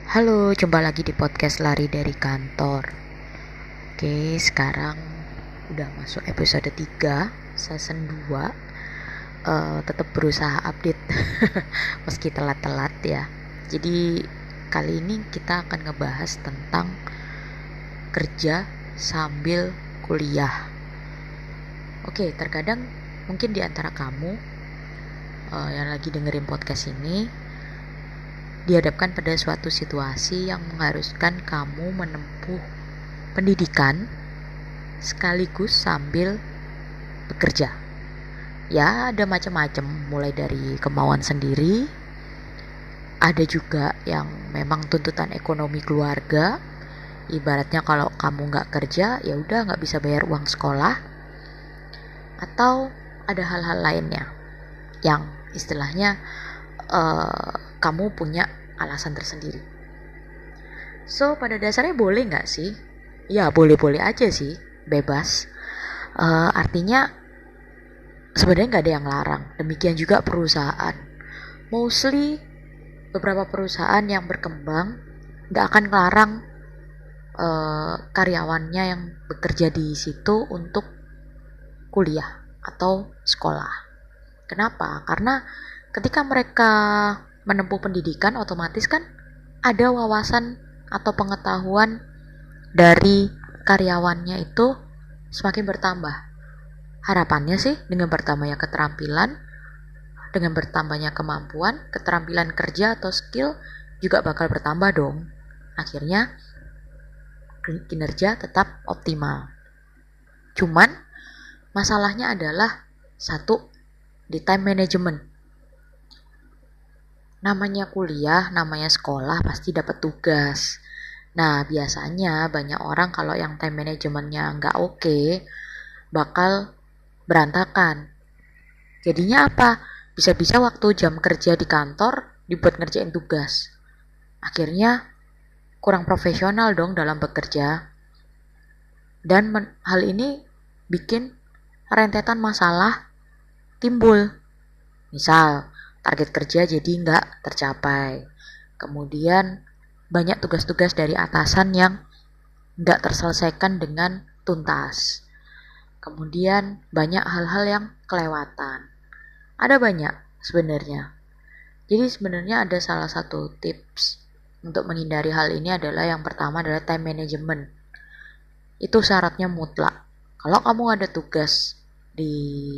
Halo, jumpa lagi di podcast Lari dari Kantor. Oke, sekarang udah masuk episode 3, season 2. Tetap berusaha update meski telat-telat ya. Jadi kali ini kita akan ngebahas tentang kerja sambil kuliah. Oke, terkadang mungkin di antara kamu yang lagi dengerin podcast ini dihadapkan pada suatu situasi yang mengharuskan kamu menempuh pendidikan sekaligus sambil bekerja. Ya, ada macam-macam, mulai dari kemauan sendiri, ada juga yang memang tuntutan ekonomi keluarga. Ibaratnya kalau kamu nggak kerja, ya udah nggak bisa bayar uang sekolah, atau ada hal-hal lainnya yang istilahnya kamu punya alasan tersendiri. So, pada dasarnya boleh nggak sih? Ya, boleh-boleh aja sih, bebas. Artinya sebenarnya nggak ada yang larang. Demikian juga perusahaan. Mostly beberapa perusahaan yang berkembang nggak akan melarang karyawannya yang bekerja di situ untuk kuliah atau sekolah. Kenapa? Karena ketika mereka menempuh pendidikan, otomatis kan ada wawasan atau pengetahuan dari karyawannya itu semakin bertambah. Harapannya sih dengan bertambahnya keterampilan, dengan bertambahnya kemampuan, keterampilan kerja atau skill juga bakal bertambah dong. Akhirnya kinerja tetap optimal. Cuman masalahnya adalah satu, di time management. Namanya kuliah, namanya sekolah pasti dapat tugas. Nah, biasanya banyak orang kalau yang time managementnya nggak oke, bakal berantakan. Jadinya apa? Bisa-bisa waktu jam kerja di kantor dibuat ngerjain tugas. Akhirnya kurang profesional dong dalam bekerja. Dan hal ini bikin rentetan masalah timbul. Misal, target kerja jadi nggak tercapai. Kemudian banyak tugas-tugas dari atasan yang nggak terselesaikan dengan tuntas. Kemudian banyak hal-hal yang kelewatan. Ada banyak sebenarnya. Jadi sebenarnya ada salah satu tips untuk menghindari hal ini adalah yang pertama adalah time management. Itu syaratnya mutlak. Kalau kamu ada tugas di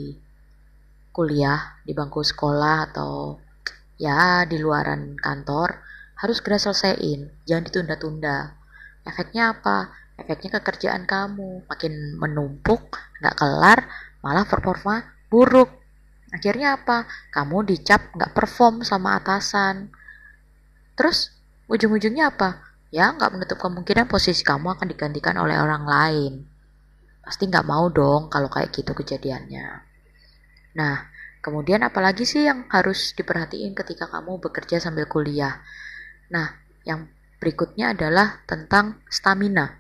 kuliah, di bangku sekolah atau ya di luaran kantor, harus segera selesaiin, jangan ditunda-tunda. Efeknya apa? Efeknya kekerjaan kamu makin menumpuk, nggak kelar, malah performa buruk. Akhirnya apa? Kamu dicap nggak perform sama atasan. Terus ujung-ujungnya apa? Ya nggak menutup kemungkinan posisi kamu akan digantikan oleh orang lain. Pasti nggak mau dong kalau kayak gitu kejadiannya. Nah, kemudian apalagi sih yang harus diperhatiin ketika kamu bekerja sambil kuliah? Nah, yang berikutnya adalah tentang stamina.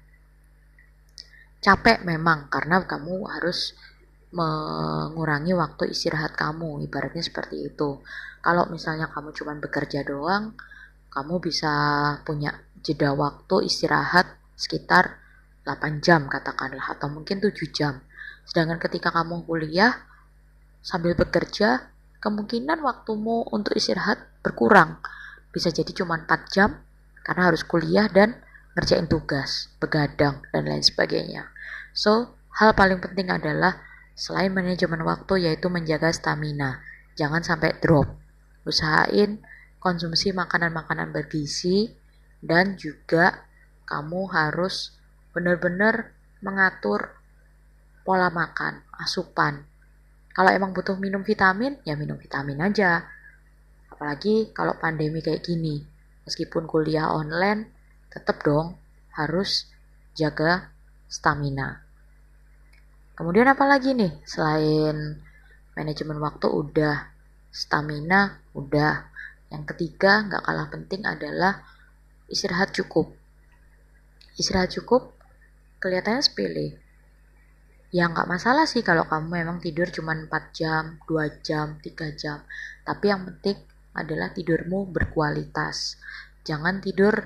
Capek memang karena kamu harus mengurangi waktu istirahat kamu, ibaratnya seperti itu. Kalau misalnya kamu cuma bekerja doang, kamu bisa punya jeda waktu istirahat sekitar 8 jam katakanlah, atau mungkin 7 jam. Sedangkan ketika kamu kuliah sambil bekerja, kemungkinan waktumu untuk istirahat berkurang. Bisa jadi cuma 4 jam karena harus kuliah dan ngerjain tugas, begadang, dan lain sebagainya. So, hal paling penting adalah selain manajemen waktu yaitu menjaga stamina. Jangan sampai drop. Usahain konsumsi makanan-makanan bergizi dan juga kamu harus benar-benar mengatur pola makan, asupan. Kalau emang butuh minum vitamin, ya minum vitamin aja. Apalagi kalau pandemi kayak gini. Meskipun kuliah online, tetap dong harus jaga stamina. Kemudian apa lagi nih? Selain manajemen waktu udah, stamina udah. Yang ketiga, gak kalah penting adalah istirahat cukup. Istirahat cukup kelihatannya sepele. Ya nggak masalah sih kalau kamu memang tidur cuma 4 jam, 2 jam, 3 jam. Tapi yang penting adalah tidurmu berkualitas. Jangan tidur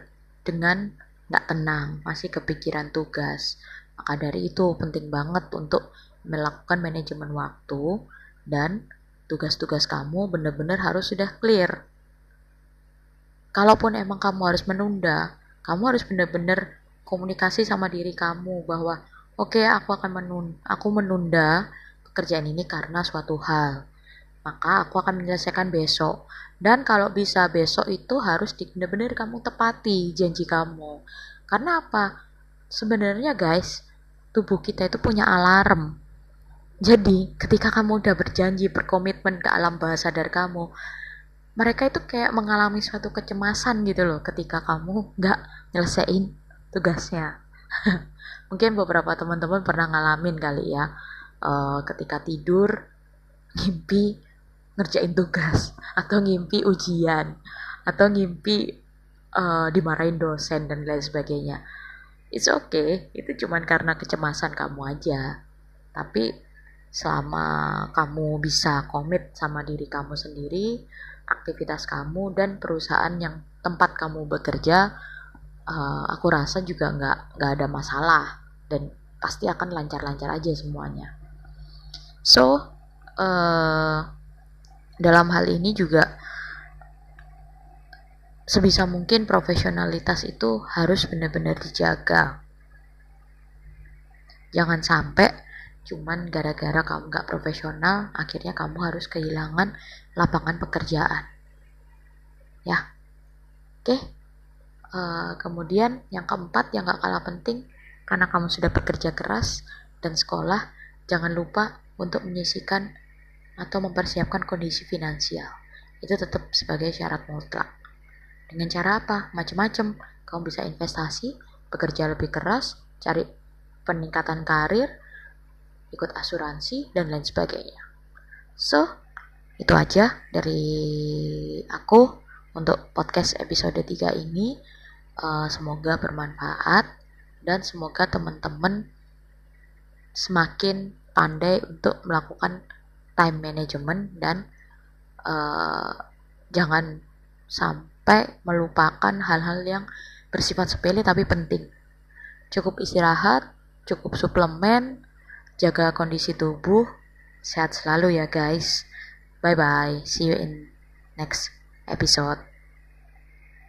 dengan nggak tenang, masih kepikiran tugas. Maka dari itu penting banget untuk melakukan manajemen waktu dan tugas-tugas kamu benar-benar harus sudah clear. Kalaupun emang kamu harus menunda, kamu harus benar-benar komunikasi sama diri kamu bahwa oke, aku menunda pekerjaan ini karena suatu hal. Maka aku akan menyelesaikan besok. Dan kalau bisa besok itu harus benar-benar kamu tepati janji kamu. Karena apa? Sebenarnya guys, tubuh kita itu punya alarm. Jadi, ketika kamu udah berjanji, berkomitmen ke alam bawah sadar kamu, mereka itu kayak mengalami suatu kecemasan gitu loh ketika kamu nggak nyelesain tugasnya. Mungkin beberapa teman-teman pernah ngalamin kali ya, ketika tidur ngimpi ngerjain tugas atau ngimpi ujian atau ngimpi dimarahin dosen dan lain sebagainya. It's okay, itu cuman karena kecemasan kamu aja. Tapi selama kamu bisa komit sama diri kamu sendiri, aktivitas kamu dan perusahaan yang tempat kamu bekerja, aku rasa juga nggak ada masalah dan pasti akan lancar-lancar aja semuanya. So, dalam hal ini juga sebisa mungkin profesionalitas itu harus benar-benar dijaga. Jangan sampai cuman gara-gara kamu gak profesional, akhirnya kamu harus kehilangan lapangan pekerjaan. Ya, oke. Kemudian yang keempat yang gak kalah penting, karena kamu sudah bekerja keras dan sekolah, jangan lupa untuk menyisihkan atau mempersiapkan kondisi finansial. Itu tetap sebagai syarat mutlak. Dengan cara apa? Macam-macam. Kamu bisa investasi, bekerja lebih keras, cari peningkatan karir, ikut asuransi, dan lain sebagainya. So, itu aja dari aku untuk podcast episode 3 ini. Semoga bermanfaat dan semoga teman-teman semakin pandai untuk melakukan time management dan jangan sampai melupakan hal-hal yang bersifat sepele tapi penting. Cukup istirahat, cukup suplemen, jaga kondisi tubuh, sehat selalu ya guys. Bye bye, see you in next episode.